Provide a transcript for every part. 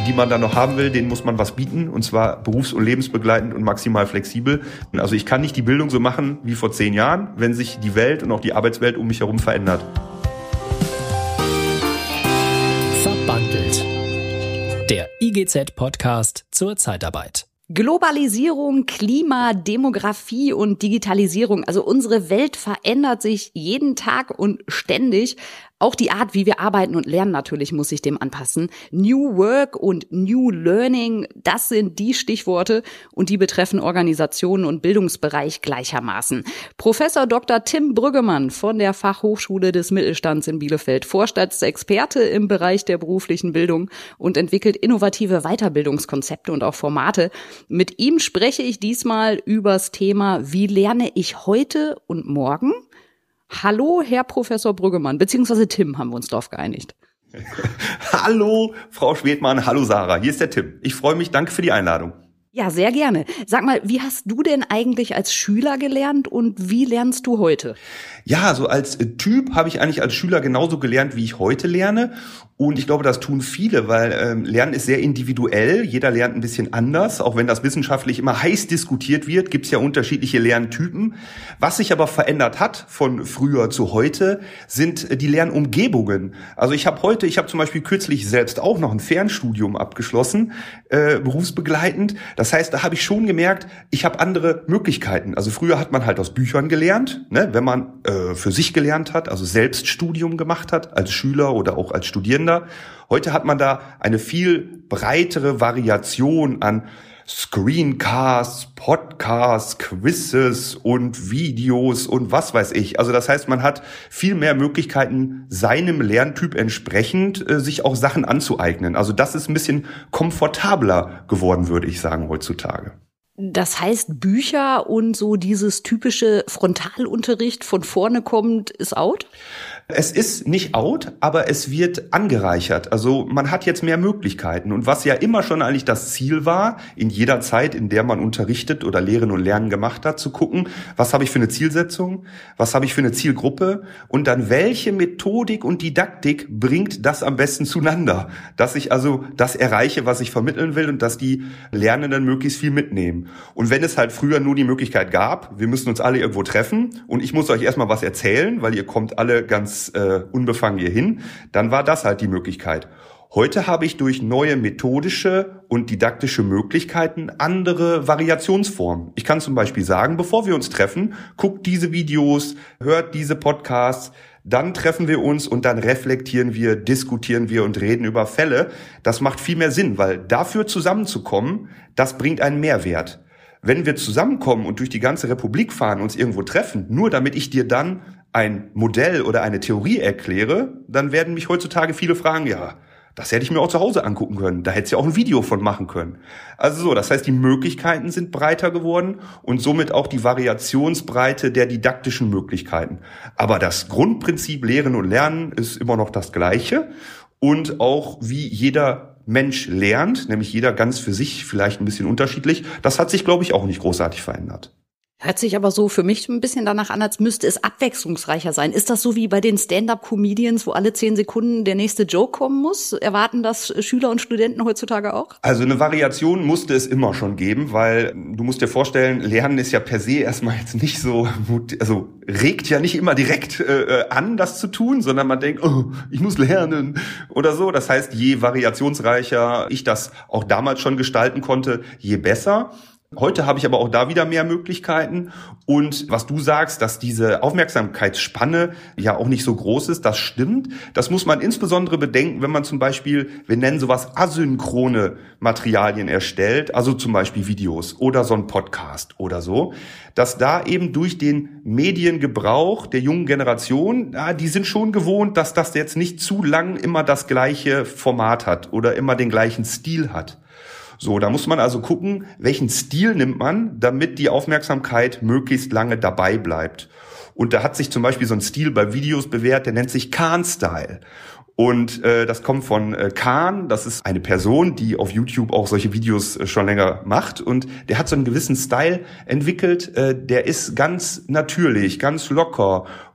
die man dann noch haben will, denen muss man was bieten, und zwar berufs- und lebensbegleitend und maximal flexibel. Also ich kann nicht die Bildung so machen wie vor 10 Jahren, wenn sich die Welt und auch die Arbeitswelt um mich herum verändert. Verbandelt. Der IGZ-Podcast zur Zeitarbeit. Globalisierung, Klima, Demografie und Digitalisierung. Also unsere Welt verändert sich jeden Tag und ständig. Auch die Art, wie wir arbeiten und lernen, natürlich muss sich dem anpassen. New Work und New Learning, das sind die Stichworte und die betreffen Organisationen und Bildungsbereich gleichermaßen. Professor Dr. Tim Brüggemann von der Fachhochschule des Mittelstands in Bielefeld, Vorstandsexperte im Bereich der beruflichen Bildung und entwickelt innovative Weiterbildungskonzepte und auch Formate. Mit ihm spreche ich diesmal übers Thema, wie lerne ich heute und morgen? Hallo, Herr Professor Brüggemann, beziehungsweise Tim, haben wir uns darauf geeinigt. Hallo, Frau Schwedmann, hallo Sarah, hier ist der Tim. Ich freue mich, danke für die Einladung. Ja, sehr gerne. Sag mal, wie hast du denn eigentlich als Schüler gelernt und wie lernst du heute? Ja, so als Typ habe ich eigentlich als Schüler genauso gelernt, wie ich heute lerne. Und ich glaube, das tun viele, weil Lernen ist sehr individuell. Jeder lernt ein bisschen anders. Auch wenn das wissenschaftlich immer heiß diskutiert wird, gibt es ja unterschiedliche Lerntypen. Was sich aber verändert hat von früher zu heute, sind die Lernumgebungen. Also ich habe zum Beispiel kürzlich selbst auch noch ein Fernstudium abgeschlossen, berufsbegleitend. Das heißt, da habe ich schon gemerkt, ich habe andere Möglichkeiten. Also früher hat man halt aus Büchern gelernt, ne, wenn man für sich gelernt hat, also Selbststudium gemacht hat, als Schüler oder auch als Studierender. Heute hat man da eine viel breitere Variation an Screencasts, Podcasts, Quizzes und Videos und was weiß ich. Also das heißt, man hat viel mehr Möglichkeiten, seinem Lerntyp entsprechend sich auch Sachen anzueignen. Also das ist ein bisschen komfortabler geworden, würde ich sagen, heutzutage. Das heißt, Bücher und so dieses typische Frontalunterricht von vorne kommt, ist out? Es ist nicht out, aber es wird angereichert. Also man hat jetzt mehr Möglichkeiten. Und was ja immer schon eigentlich das Ziel war, in jeder Zeit, in der man unterrichtet oder Lehren und Lernen gemacht hat, zu gucken, was habe ich für eine Zielsetzung, was habe ich für eine Zielgruppe und dann welche Methodik und Didaktik bringt das am besten zueinander. Dass ich also das erreiche, was ich vermitteln will und dass die Lernenden möglichst viel mitnehmen. Und wenn es halt früher nur die Möglichkeit gab, wir müssen uns alle irgendwo treffen und ich muss euch erstmal was erzählen, weil ihr kommt alle ganz unbefangen hier hin, dann war das halt die Möglichkeit. Heute habe ich durch neue methodische und didaktische Möglichkeiten andere Variationsformen. Ich kann zum Beispiel sagen, bevor wir uns treffen, guckt diese Videos, hört diese Podcasts, dann treffen wir uns und dann reflektieren wir, diskutieren wir und reden über Fälle. Das macht viel mehr Sinn, weil dafür zusammenzukommen, das bringt einen Mehrwert. Wenn wir zusammenkommen und durch die ganze Republik fahren, uns irgendwo treffen, nur damit ich dir dann ein Modell oder eine Theorie erkläre, dann werden mich heutzutage viele fragen, ja, das hätte ich mir auch zu Hause angucken können. Da hätte es ja auch ein Video von machen können. Also so, das heißt, die Möglichkeiten sind breiter geworden und somit auch die Variationsbreite der didaktischen Möglichkeiten. Aber das Grundprinzip Lehren und Lernen ist immer noch das Gleiche. Und auch wie jeder Mensch lernt, nämlich jeder ganz für sich, vielleicht ein bisschen unterschiedlich, das hat sich, glaube ich, auch nicht großartig verändert. Hört sich aber so für mich ein bisschen danach an, als müsste es abwechslungsreicher sein. Ist das so wie bei den Stand-up-Comedians, wo alle 10 Sekunden der nächste Joke kommen muss? Erwarten das Schüler und Studenten heutzutage auch? Also eine Variation musste es immer schon geben, weil du musst dir vorstellen, Lernen ist ja per se erstmal jetzt nicht so, also regt ja nicht immer direkt an, das zu tun, sondern man denkt, oh, ich muss lernen oder so. Das heißt, je variationsreicher ich das auch damals schon gestalten konnte, je besser. Heute habe ich aber auch da wieder mehr Möglichkeiten und was du sagst, dass diese Aufmerksamkeitsspanne ja auch nicht so groß ist, das stimmt. Das muss man insbesondere bedenken, wenn man zum Beispiel, wir nennen sowas asynchrone Materialien erstellt, also zum Beispiel Videos oder so ein Podcast oder so, dass da eben durch den Mediengebrauch der jungen Generation, die sind schon gewohnt, dass das jetzt nicht zu lang immer das gleiche Format hat oder immer den gleichen Stil hat. So, da muss man also gucken, welchen Stil nimmt man, damit die Aufmerksamkeit möglichst lange dabei bleibt. Und da hat sich zum Beispiel so ein Stil bei Videos bewährt, der nennt sich Khan-Style. Und das kommt von Khan, das ist eine Person, die auf YouTube auch solche Videos schon länger macht. Und der hat so einen gewissen Style entwickelt, der ist ganz natürlich, ganz locker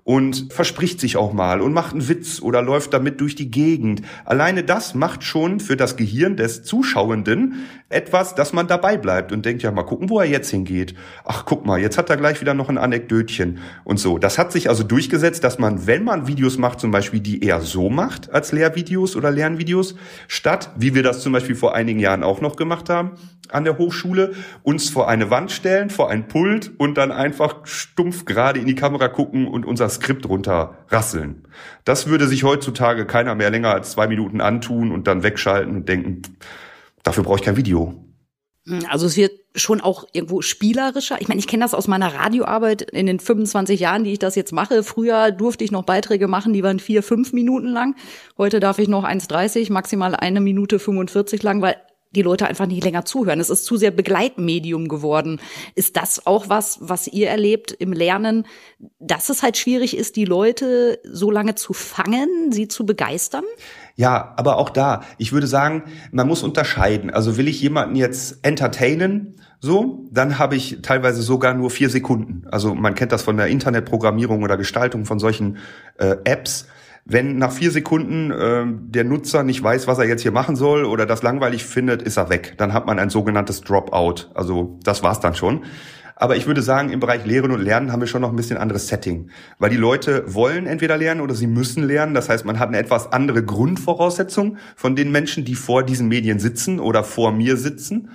und verspricht sich auch mal und macht einen Witz oder läuft damit durch die Gegend. Alleine das macht schon für das Gehirn des Zuschauenden etwas, dass man dabei bleibt und denkt, ja, mal gucken, wo er jetzt hingeht. Ach, guck mal, jetzt hat er gleich wieder noch ein Anekdötchen und so. Das hat sich also durchgesetzt, dass man, wenn man Videos macht, zum Beispiel die eher so macht als Lehrvideos oder Lernvideos, statt, wie wir das zum Beispiel vor einigen Jahren auch noch gemacht haben, an der Hochschule, uns vor eine Wand stellen, vor ein Pult und dann einfach stumpf gerade in die Kamera gucken und unser Skript runterrasseln. Das würde sich heutzutage keiner mehr länger als 2 Minuten antun und dann wegschalten und denken, dafür brauche ich kein Video. Also es wird schon auch irgendwo spielerischer. Ich meine, ich kenne das aus meiner Radioarbeit in den 25 Jahren, die ich das jetzt mache. Früher durfte ich noch Beiträge machen, die waren 4-5 Minuten lang. Heute darf ich noch 1,30, maximal 1 Minute 45 lang, weil die Leute einfach nicht länger zuhören. Es ist zu sehr Begleitmedium geworden. Ist das auch was ihr erlebt im Lernen, dass es halt schwierig ist, die Leute so lange zu fangen, sie zu begeistern? Ja, aber auch da, ich würde sagen, man muss unterscheiden. Also will ich jemanden jetzt entertainen, so, dann habe ich teilweise sogar nur 4 Sekunden. Also man kennt das von der Internetprogrammierung oder Gestaltung von solchen Apps. Wenn nach 4 Sekunden der Nutzer nicht weiß, was er jetzt hier machen soll oder das langweilig findet, ist er weg. Dann hat man ein sogenanntes Dropout. Also das war's dann schon. Aber ich würde sagen, im Bereich Lehren und Lernen haben wir schon noch ein bisschen anderes Setting. Weil die Leute wollen entweder lernen oder sie müssen lernen. Das heißt, man hat eine etwas andere Grundvoraussetzung von den Menschen, die vor diesen Medien sitzen oder vor mir sitzen.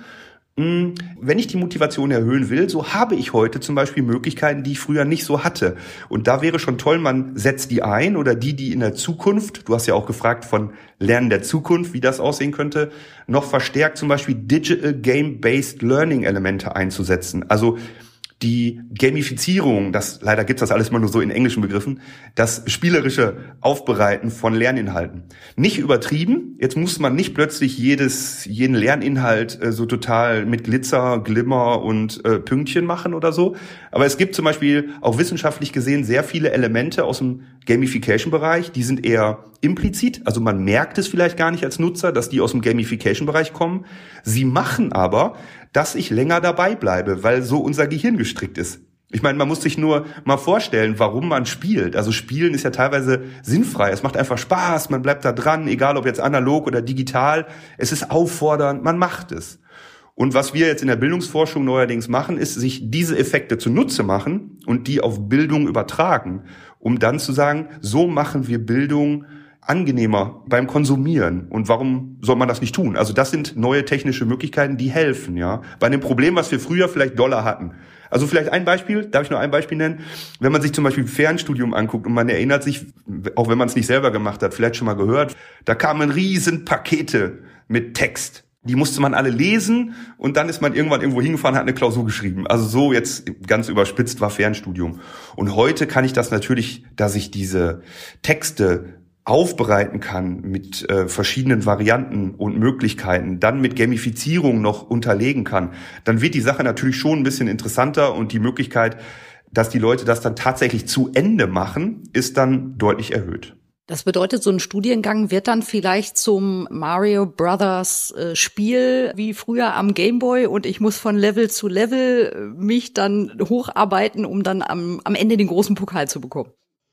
Wenn ich die Motivation erhöhen will, so habe ich heute zum Beispiel Möglichkeiten, die ich früher nicht so hatte. Und da wäre schon toll, man setzt die ein oder die in der Zukunft, du hast ja auch gefragt von Lernen der Zukunft, wie das aussehen könnte, noch verstärkt zum Beispiel Digital Game-Based Learning Elemente einzusetzen. Also die Gamifizierung, leider gibt's das alles mal nur so in englischen Begriffen, das spielerische Aufbereiten von Lerninhalten. Nicht übertrieben, jetzt muss man nicht plötzlich jeden Lerninhalt so total mit Glitzer, Glimmer und Pünktchen machen oder so. Aber es gibt zum Beispiel auch wissenschaftlich gesehen sehr viele Elemente aus dem Gamification-Bereich, die sind eher implizit, also man merkt es vielleicht gar nicht als Nutzer, dass die aus dem Gamification-Bereich kommen. Sie machen aber, dass ich länger dabei bleibe, weil so unser Gehirn gestrickt ist. Ich meine, man muss sich nur mal vorstellen, warum man spielt. Also Spielen ist ja teilweise sinnfrei. Es macht einfach Spaß, man bleibt da dran, egal ob jetzt analog oder digital. Es ist auffordernd, man macht es. Und was wir jetzt in der Bildungsforschung neuerdings machen, ist, sich diese Effekte zunutze machen und die auf Bildung übertragen, um dann zu sagen, so machen wir Bildung angenehmer beim Konsumieren. Und warum soll man das nicht tun? Also das sind neue technische Möglichkeiten, die helfen, ja. Bei einem Problem, was wir früher vielleicht doller hatten. Also vielleicht ein Beispiel, darf ich nur ein Beispiel nennen? Wenn man sich zum Beispiel ein Fernstudium anguckt und man erinnert sich, auch wenn man es nicht selber gemacht hat, vielleicht schon mal gehört, da kamen riesen Pakete mit Text. Die musste man alle lesen und dann ist man irgendwann irgendwo hingefahren, hat eine Klausur geschrieben. Also so jetzt ganz überspitzt war Fernstudium. Und heute kann ich das natürlich, dass ich diese Texte aufbereiten kann mit verschiedenen Varianten und Möglichkeiten, dann mit Gamifizierung noch unterlegen kann, dann wird die Sache natürlich schon ein bisschen interessanter und die Möglichkeit, dass die Leute das dann tatsächlich zu Ende machen, ist dann deutlich erhöht. Das bedeutet, so ein Studiengang wird dann vielleicht zum Mario Brothers Spiel wie früher am Gameboy und ich muss von Level zu Level mich dann hocharbeiten, um dann am Ende den großen Pokal zu bekommen.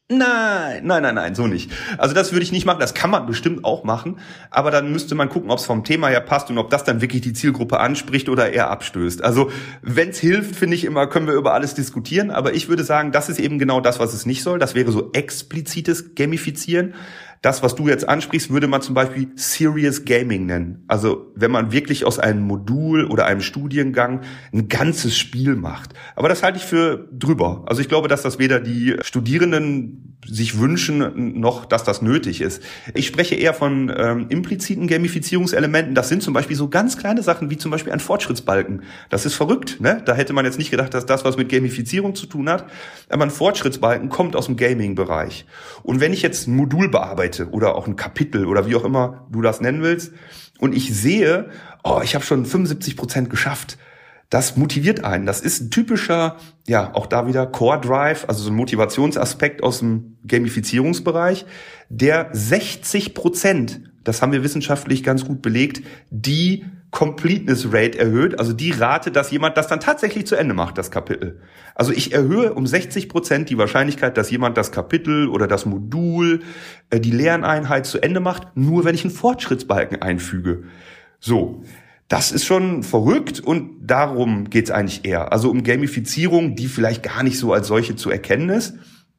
Nein, so nicht. Also das würde ich nicht machen, das kann man bestimmt auch machen, aber dann müsste man gucken, ob es vom Thema her passt und ob das dann wirklich die Zielgruppe anspricht oder eher abstößt. Also wenn es hilft, finde ich immer, können wir über alles diskutieren, aber ich würde sagen, das ist eben genau das, was es nicht soll. Das wäre so explizites Gamifizieren. Das, was du jetzt ansprichst, würde man zum Beispiel Serious Gaming nennen. Also wenn man wirklich aus einem Modul oder einem Studiengang ein ganzes Spiel macht. Aber das halte ich für drüber. Also ich glaube, dass das weder die Studierenden sich wünschen, noch dass das nötig ist. Ich spreche eher von impliziten Gamifizierungselementen. Das sind zum Beispiel so ganz kleine Sachen, wie zum Beispiel ein Fortschrittsbalken. Das ist verrückt, ne? Da hätte man jetzt nicht gedacht, dass das was mit Gamifizierung zu tun hat. Aber ein Fortschrittsbalken kommt aus dem Gaming-Bereich. Und wenn ich jetzt ein Modul bearbeite, oder auch ein Kapitel oder wie auch immer du das nennen willst und ich sehe, ich habe schon 75% geschafft, das motiviert einen. Das ist ein typischer, ja, auch da wieder Core Drive, also so ein Motivationsaspekt aus dem Gamifizierungsbereich, der 60%, das haben wir wissenschaftlich ganz gut belegt, die Completeness Rate erhöht, also die Rate, dass jemand das dann tatsächlich zu Ende macht, das Kapitel. Also ich erhöhe um 60% die Wahrscheinlichkeit, dass jemand das Kapitel oder das Modul, die Lerneinheit zu Ende macht, nur wenn ich einen Fortschrittsbalken einfüge. So, das ist schon verrückt und darum geht's eigentlich eher. Also um Gamifizierung, die vielleicht gar nicht so als solche zu erkennen ist,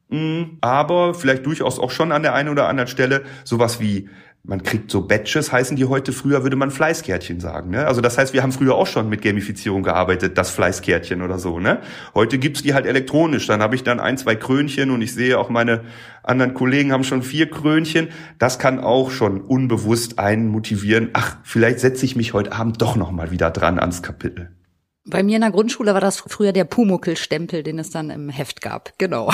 aber vielleicht durchaus auch schon an der einen oder anderen Stelle sowas wie, man kriegt so Badges, heißen die heute, früher würde man Fleißkärtchen sagen, ne? Also das heißt, wir haben früher auch schon mit Gamifizierung gearbeitet, das Fleißkärtchen oder so, ne? Heute gibt's die halt elektronisch, dann habe ich dann 1, 2 Krönchen und ich sehe auch meine anderen Kollegen haben schon 4 Krönchen. Das kann auch schon unbewusst einen motivieren, ach, vielleicht setze ich mich heute Abend doch nochmal wieder dran ans Kapitel. Bei mir in der Grundschule war das früher der Pumuckl-Stempel, den es dann im Heft gab, genau.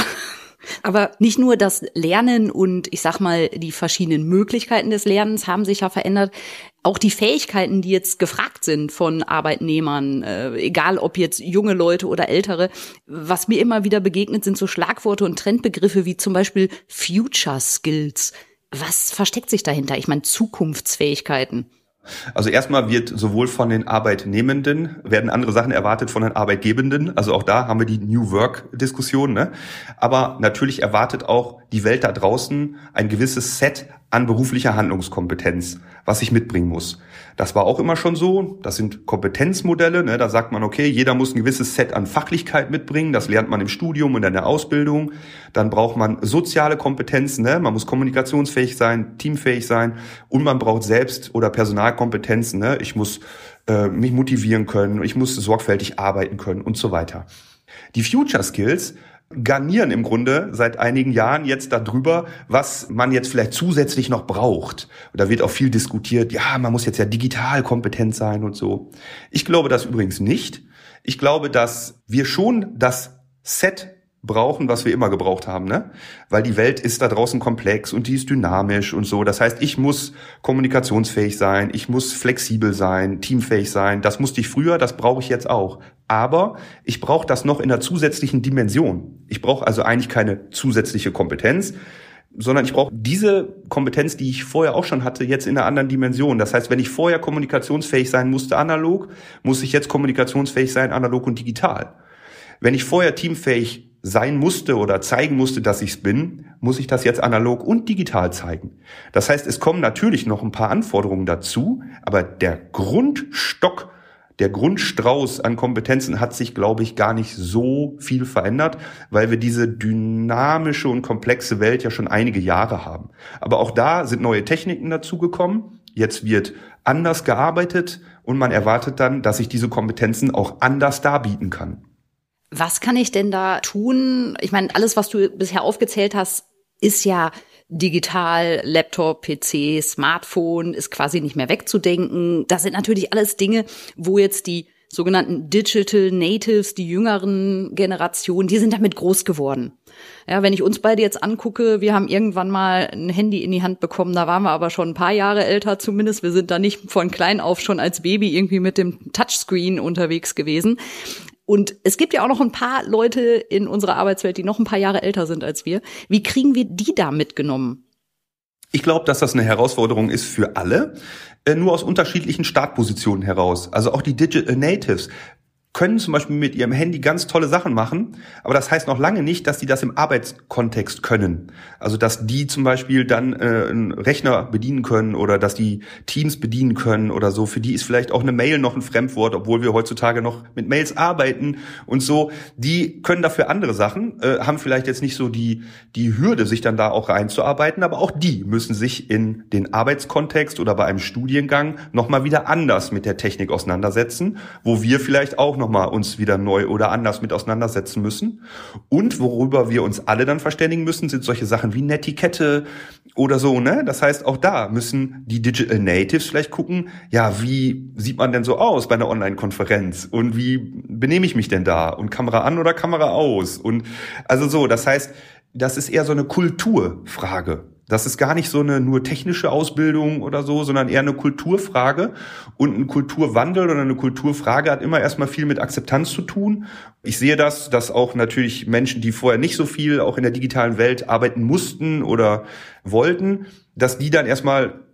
Aber nicht nur das Lernen und ich sag mal, die verschiedenen Möglichkeiten des Lernens haben sich ja verändert. Auch die Fähigkeiten, die jetzt gefragt sind von Arbeitnehmern, egal ob jetzt junge Leute oder ältere. Was mir immer wieder begegnet, sind so Schlagworte und Trendbegriffe wie zum Beispiel Future Skills. Was versteckt sich dahinter? Ich meine, Zukunftsfähigkeiten. Also erstmal wird sowohl von den Arbeitnehmenden, werden andere Sachen erwartet von den Arbeitgebenden. Also auch da haben wir die New Work-Diskussion, ne? Aber natürlich erwartet auch die Welt da draußen ein gewisses Set an beruflicher Handlungskompetenz, was ich mitbringen muss. Das war auch immer schon so. Das sind Kompetenzmodelle, ne? Da sagt man, okay, jeder muss ein gewisses Set an Fachlichkeit mitbringen. Das lernt man im Studium und in der Ausbildung. Dann braucht man soziale Kompetenzen, ne? Man muss kommunikationsfähig sein, teamfähig sein und man braucht Selbst- oder Personalkompetenzen, ne? Ich muss mich motivieren können, ich muss sorgfältig arbeiten können und so weiter. Die Future Skills garnieren im Grunde seit einigen Jahren jetzt darüber, was man jetzt vielleicht zusätzlich noch braucht. Und da wird auch viel diskutiert, ja, man muss jetzt ja digital kompetent sein und so. Ich glaube das übrigens nicht. Ich glaube, dass wir schon das Set brauchen, was wir immer gebraucht haben, ne? Weil die Welt ist da draußen komplex und die ist dynamisch und so. Das heißt, ich muss kommunikationsfähig sein, ich muss flexibel sein, teamfähig sein. Das musste ich früher, das brauche ich jetzt auch. Aber ich brauche das noch in einer zusätzlichen Dimension. Ich brauche also eigentlich keine zusätzliche Kompetenz, sondern ich brauche diese Kompetenz, die ich vorher auch schon hatte, jetzt in einer anderen Dimension. Das heißt, wenn ich vorher kommunikationsfähig sein musste analog, muss ich jetzt kommunikationsfähig sein analog und digital. Wenn ich vorher teamfähig sein musste oder zeigen musste, dass ich es bin, muss ich das jetzt analog und digital zeigen. Das heißt, es kommen natürlich noch ein paar Anforderungen dazu, aber der Grundstock, der Grundstrauß an Kompetenzen hat sich, glaube ich, gar nicht so viel verändert, weil wir diese dynamische und komplexe Welt ja schon einige Jahre haben. Aber auch da sind neue Techniken dazugekommen. Jetzt wird anders gearbeitet und man erwartet dann, dass ich diese Kompetenzen auch anders darbieten kann. Was kann ich denn da tun? Ich meine, alles, was du bisher aufgezählt hast, ist ja digital, Laptop, PC, Smartphone, ist quasi nicht mehr wegzudenken. Das sind natürlich alles Dinge, wo jetzt die sogenannten Digital Natives, die jüngeren Generationen, die sind damit groß geworden. Ja, wenn ich uns beide jetzt angucke, wir haben irgendwann mal ein Handy in die Hand bekommen, da waren wir aber schon ein paar Jahre älter zumindest. Wir sind da nicht von klein auf schon als Baby irgendwie mit dem Touchscreen unterwegs gewesen. Und es gibt ja auch noch ein paar Leute in unserer Arbeitswelt, die noch ein paar Jahre älter sind als wir. Wie kriegen wir die da mitgenommen? Ich glaube, dass das eine Herausforderung ist für alle, nur aus unterschiedlichen Startpositionen heraus. Also auch die Digital Natives können zum Beispiel mit ihrem Handy ganz tolle Sachen machen, aber das heißt noch lange nicht, dass die das im Arbeitskontext können. Also dass die zum Beispiel dann einen Rechner bedienen können oder dass die Teams bedienen können oder so. Für die ist vielleicht auch eine Mail noch ein Fremdwort, obwohl wir heutzutage noch mit Mails arbeiten und so. Die können dafür andere Sachen, haben vielleicht jetzt nicht so die Hürde, sich dann da auch reinzuarbeiten, aber auch die müssen sich in den Arbeitskontext oder bei einem Studiengang nochmal wieder anders mit der Technik auseinandersetzen, wo wir vielleicht auch nochmal uns wieder neu oder anders mit auseinandersetzen müssen. Und worüber wir uns alle dann verständigen müssen, sind solche Sachen wie Netiquette oder so, ne? Das heißt, auch da müssen die Digital Natives vielleicht gucken, ja, wie sieht man denn so aus bei einer Online-Konferenz? Und wie benehme ich mich denn da? Und Kamera an oder Kamera aus? Und also so, das heißt, das ist eher so eine Kulturfrage. Das ist gar nicht so eine nur technische Ausbildung oder so, sondern eher eine Kulturfrage. Und ein Kulturwandel oder eine Kulturfrage hat immer erstmal viel mit Akzeptanz zu tun. Ich sehe das, dass auch natürlich Menschen, die vorher nicht so viel auch in der digitalen Welt arbeiten mussten oder wollten, dass die dann erstmal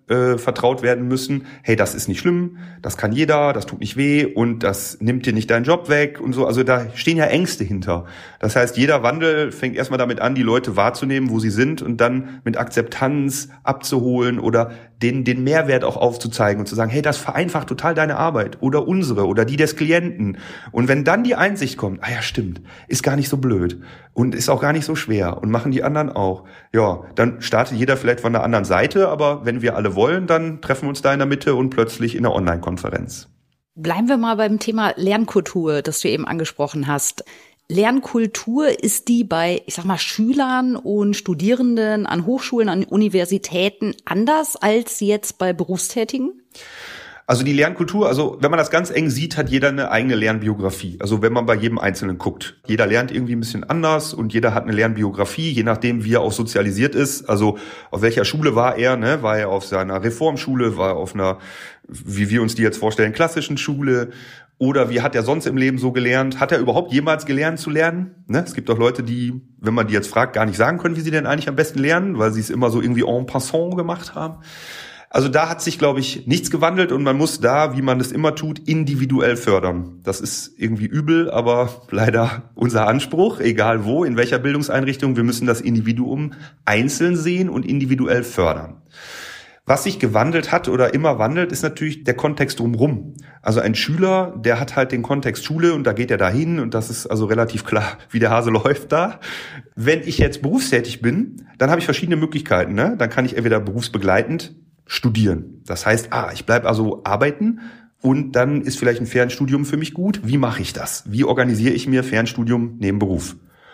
vertraut werden müssen, hey, das ist nicht schlimm, das kann jeder, das tut nicht weh und das nimmt dir nicht deinen Job weg und so. Also da stehen ja Ängste hinter. Das heißt, jeder Wandel fängt erstmal damit an, die Leute wahrzunehmen, wo sie sind und dann mit Akzeptanz abzuholen oder den Mehrwert auch aufzuzeigen und zu sagen, hey, das vereinfacht total deine Arbeit oder unsere oder die des Klienten. Und wenn dann die Einsicht kommt, ah ja, stimmt, ist gar nicht so blöd und ist auch gar nicht so schwer und machen die anderen auch. Ja, dann startet jeder vielleicht von der anderen Seite, aber wenn wir alle wollen, dann treffen wir uns da in der Mitte und plötzlich in einer Online-Konferenz. Bleiben wir mal beim Thema Lernkultur, das du eben angesprochen hast. Lernkultur, ist die bei, ich sag mal, Schülern und Studierenden an Hochschulen, an Universitäten anders als jetzt bei Berufstätigen? Also die Lernkultur, also wenn man das ganz eng sieht, hat jeder eine eigene Lernbiografie. Also wenn man bei jedem Einzelnen guckt. Jeder lernt irgendwie ein bisschen anders und jeder hat eine Lernbiografie, je nachdem, wie er auch sozialisiert ist. Also auf welcher Schule war er, ne? War er auf seiner Reformschule, war er auf einer, wie wir uns die jetzt vorstellen, klassischen Schule? Oder wie hat er sonst im Leben so gelernt? Hat er überhaupt jemals gelernt zu lernen? Ne? Es gibt auch Leute, die, wenn man die jetzt fragt, gar nicht sagen können, wie sie denn eigentlich am besten lernen, weil sie es immer so irgendwie en passant gemacht haben. Also da hat sich, glaube ich, nichts gewandelt und man muss da, wie man es immer tut, individuell fördern. Das ist irgendwie übel, aber leider unser Anspruch, egal wo, in welcher Bildungseinrichtung, wir müssen das Individuum einzeln sehen und individuell fördern. Was sich gewandelt hat oder immer wandelt, ist natürlich der Kontext drumherum. Also ein Schüler, der hat halt den Kontext Schule und da geht er dahin und das ist also relativ klar, wie der Hase läuft da. Wenn ich jetzt berufstätig bin, dann habe ich verschiedene Möglichkeiten. Ne? Dann kann ich entweder berufsbegleitend studieren. Das heißt, ich bleibe also arbeiten und dann ist vielleicht ein Fernstudium für mich gut. Wie mache ich das? Wie organisiere ich mir Fernstudium neben Beruf?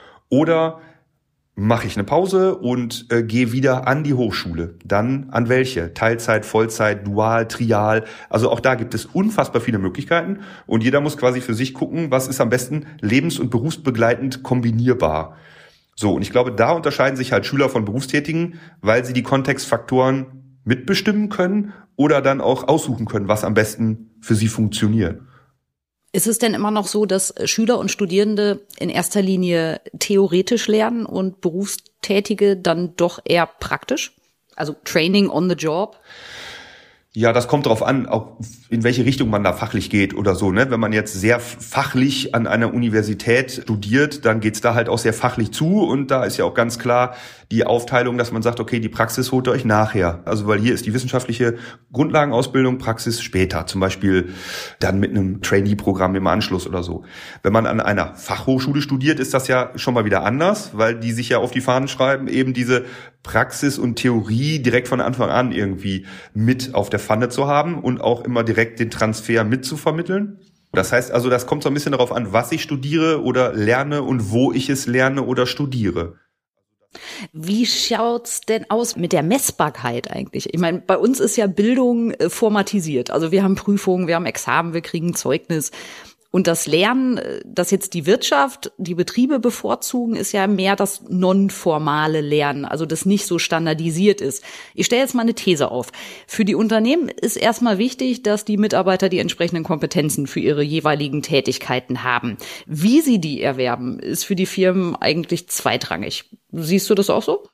Oder mache ich eine Pause und gehe wieder an die Hochschule. Dann an welche? Teilzeit, Vollzeit, Dual, Trial. Also auch da gibt es unfassbar viele Möglichkeiten und jeder muss quasi für sich gucken, was ist am besten lebens- und berufsbegleitend kombinierbar. So, und ich glaube, da unterscheiden sich halt Schüler von Berufstätigen, weil sie die Kontextfaktoren mitbestimmen können oder dann auch aussuchen können, was am besten für sie funktioniert. Ist es denn immer noch so, dass Schüler und Studierende in erster Linie theoretisch lernen und Berufstätige dann doch eher praktisch? Also Training on the job? Ja, das kommt drauf an, auch in welche Richtung man da fachlich geht oder so. Ne? Wenn man jetzt sehr fachlich an einer Universität studiert, dann geht's da halt auch sehr fachlich zu. Und da ist ja auch ganz klar die Aufteilung, dass man sagt, okay, die Praxis holt ihr euch nachher. Also weil hier ist die wissenschaftliche Grundlagenausbildung, Praxis später. Zum Beispiel dann mit einem Trainee-Programm im Anschluss oder so. Wenn man an einer Fachhochschule studiert, ist das ja schon mal wieder anders, weil die sich ja auf die Fahnen schreiben, eben diese Praxis und Theorie direkt von Anfang an irgendwie mit auf der Pfanne zu haben und auch immer direkt den Transfer mitzuvermitteln. Das heißt also, das kommt so ein bisschen darauf an, was ich studiere oder lerne und wo ich es lerne oder studiere. Wie schaut's denn aus mit der Messbarkeit eigentlich? Ich meine, bei uns ist ja Bildung formatisiert. Also wir haben Prüfungen, wir haben Examen, wir kriegen Zeugnis. Und das Lernen, das jetzt die Wirtschaft, die Betriebe bevorzugen, ist ja mehr das nonformale Lernen, also das nicht so standardisiert ist. Ich stelle jetzt mal eine These auf. Für die Unternehmen ist erstmal wichtig, dass die Mitarbeiter die entsprechenden Kompetenzen für ihre jeweiligen Tätigkeiten haben. Wie sie die erwerben, ist für die Firmen eigentlich zweitrangig. Siehst du das auch so?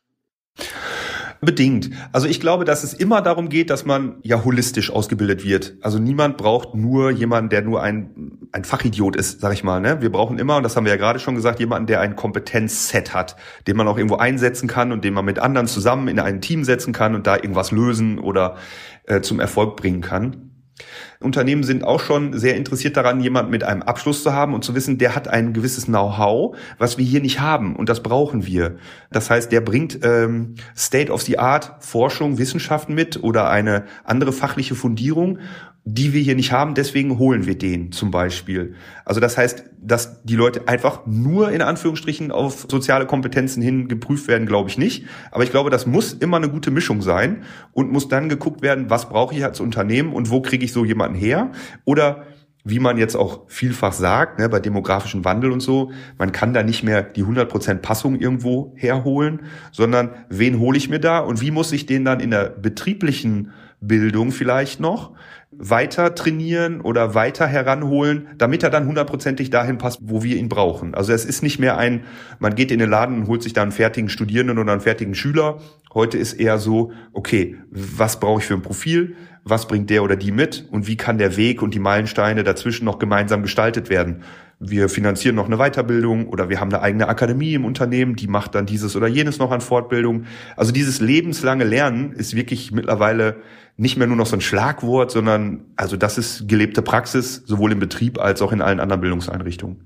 Bedingt. Also ich glaube, dass es immer darum geht, dass man ja holistisch ausgebildet wird. Also niemand braucht nur jemanden, der nur ein Fachidiot ist, sag ich mal. Ne? Wir brauchen immer, und das haben wir ja gerade schon gesagt, jemanden, der ein Kompetenzset hat, den man auch irgendwo einsetzen kann und den man mit anderen zusammen in ein Team setzen kann und da irgendwas lösen oder zum Erfolg bringen kann. Unternehmen sind auch schon sehr interessiert daran, jemanden mit einem Abschluss zu haben und zu wissen, der hat ein gewisses Know-how, was wir hier nicht haben und das brauchen wir. Das heißt, der bringt State-of-the-Art Forschung, Wissenschaften mit oder eine andere fachliche Fundierung, die wir hier nicht haben, deswegen holen wir den zum Beispiel. Also das heißt, dass die Leute einfach nur in Anführungsstrichen auf soziale Kompetenzen hin geprüft werden, glaube ich nicht. Aber ich glaube, das muss immer eine gute Mischung sein und muss dann geguckt werden, was brauche ich als Unternehmen und wo kriege ich so jemanden her? Oder wie man jetzt auch vielfach sagt, ne, bei demografischem Wandel und so, man kann da nicht mehr die 100% Passung irgendwo herholen, sondern wen hole ich mir da und wie muss ich den dann in der betrieblichen Bildung vielleicht noch weiter trainieren oder weiter heranholen, damit er dann 100%ig dahin passt, wo wir ihn brauchen. Also es ist nicht mehr man geht in den Laden und holt sich da einen fertigen Studierenden oder einen fertigen Schüler. Heute ist eher so, okay, was brauche ich für ein Profil? Was bringt der oder die mit? Und wie kann der Weg und die Meilensteine dazwischen noch gemeinsam gestaltet werden? Wir finanzieren noch eine Weiterbildung oder wir haben eine eigene Akademie im Unternehmen, die macht dann dieses oder jenes noch an Fortbildung. Also dieses lebenslange Lernen ist wirklich mittlerweile nicht mehr nur noch so ein Schlagwort, sondern also das ist gelebte Praxis, sowohl im Betrieb als auch in allen anderen Bildungseinrichtungen.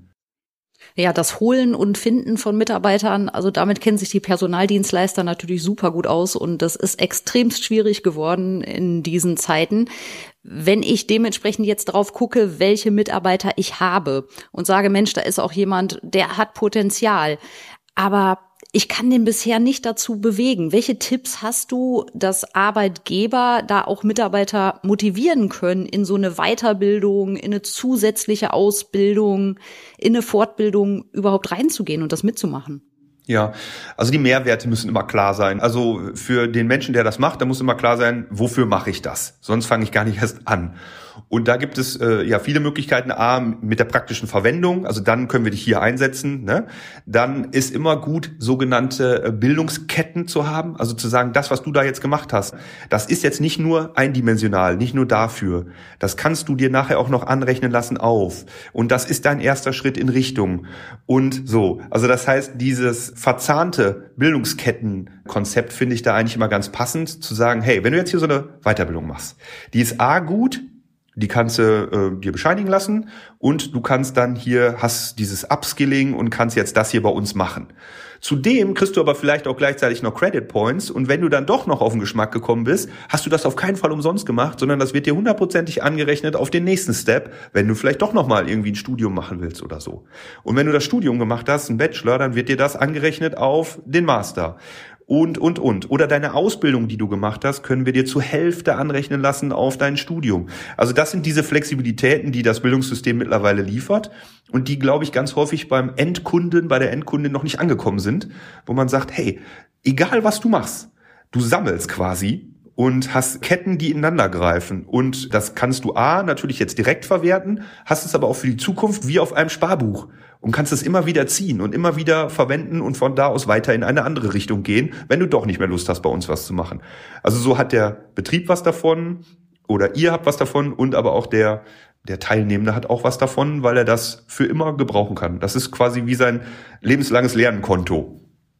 Ja, das Holen und Finden von Mitarbeitern, also damit kennen sich die Personaldienstleister natürlich super gut aus und das ist extremst schwierig geworden in diesen Zeiten. Wenn ich dementsprechend jetzt drauf gucke, welche Mitarbeiter ich habe und sage, Mensch, da ist auch jemand, der hat Potenzial, aber ich kann den bisher nicht dazu bewegen. Welche Tipps hast du, dass Arbeitgeber da auch Mitarbeiter motivieren können, in so eine Weiterbildung, in eine zusätzliche Ausbildung, in eine Fortbildung überhaupt reinzugehen und das mitzumachen? Ja, also die Mehrwerte müssen immer klar sein. Also für den Menschen, der das macht, da muss immer klar sein, wofür mache ich das? Sonst fange ich gar nicht erst an. Und da gibt es viele Möglichkeiten. A, mit der praktischen Verwendung, also dann können wir dich hier einsetzen. Ne? Dann ist immer gut, sogenannte Bildungsketten zu haben. Also zu sagen, das, was du da jetzt gemacht hast, das ist jetzt nicht nur eindimensional, nicht nur dafür. Das kannst du dir nachher auch noch anrechnen lassen auf. Und das ist dein erster Schritt in Richtung. Und so, also das heißt, dieses verzahnte Bildungskettenkonzept finde ich da eigentlich immer ganz passend, zu sagen, hey, wenn du jetzt hier so eine Weiterbildung machst, die ist A, gut, die kannst du dir bescheinigen lassen und du kannst dann hier, hast dieses Upskilling und kannst jetzt das hier bei uns machen. Zudem kriegst du aber vielleicht auch gleichzeitig noch Credit Points und wenn du dann doch noch auf den Geschmack gekommen bist, hast du das auf keinen Fall umsonst gemacht, sondern das wird dir 100%ig angerechnet auf den nächsten Step, wenn du vielleicht doch nochmal irgendwie ein Studium machen willst oder so. Und wenn du das Studium gemacht hast, einen Bachelor, dann wird dir das angerechnet auf den Master. Und. Oder deine Ausbildung, die du gemacht hast, können wir dir zur Hälfte anrechnen lassen auf dein Studium. Also das sind diese Flexibilitäten, die das Bildungssystem mittlerweile liefert und die, glaube ich, ganz häufig bei der Endkundin noch nicht angekommen sind, wo man sagt, hey, egal was du machst, du sammelst quasi und hast Ketten, die ineinander greifen. Und das kannst du natürlich jetzt direkt verwerten, hast es aber auch für die Zukunft wie auf einem Sparbuch und kannst es immer wieder ziehen und immer wieder verwenden und von da aus weiter in eine andere Richtung gehen, wenn du doch nicht mehr Lust hast, bei uns was zu machen. Also so hat der Betrieb was davon oder ihr habt was davon und aber auch der Teilnehmende hat auch was davon, weil er das für immer gebrauchen kann. Das ist quasi wie sein lebenslanges Lernkonto.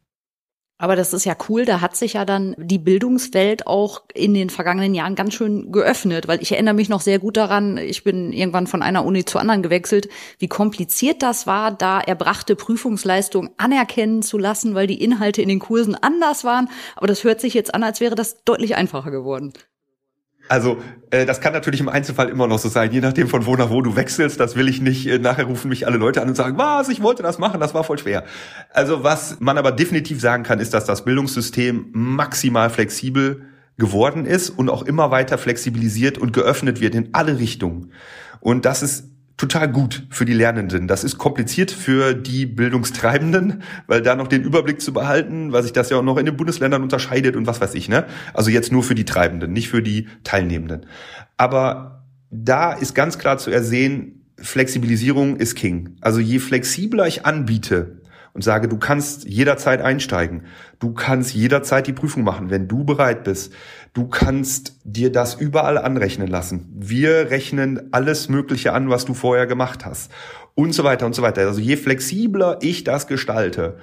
Aber das ist ja cool, da hat sich ja dann die Bildungswelt auch in den vergangenen Jahren ganz schön geöffnet, weil ich erinnere mich noch sehr gut daran, ich bin irgendwann von einer Uni zur anderen gewechselt, wie kompliziert das war, da erbrachte Prüfungsleistung anerkennen zu lassen, weil die Inhalte in den Kursen anders waren. Aber das hört sich jetzt an, als wäre das deutlich einfacher geworden. Also das kann natürlich im Einzelfall immer noch so sein, je nachdem von wo nach wo du wechselst, das will ich nicht, nachher rufen mich alle Leute an und sagen, was, ich wollte das machen, das war voll schwer. Also was man aber definitiv sagen kann, ist, dass das Bildungssystem maximal flexibel geworden ist und auch immer weiter flexibilisiert und geöffnet wird in alle Richtungen. Und das ist total gut für die Lernenden. Das ist kompliziert für die Bildungstreibenden, weil da noch den Überblick zu behalten, weil sich das ja auch noch in den Bundesländern unterscheidet und was weiß ich, ne? Also jetzt nur für die Treibenden, nicht für die Teilnehmenden. Aber da ist ganz klar zu ersehen, Flexibilisierung ist King. Also je flexibler ich anbiete und sage, du kannst jederzeit einsteigen, du kannst jederzeit die Prüfung machen, wenn du bereit bist, du kannst dir das überall anrechnen lassen. Wir rechnen alles Mögliche an, was du vorher gemacht hast und so weiter und so weiter. Also je flexibler ich das gestalte,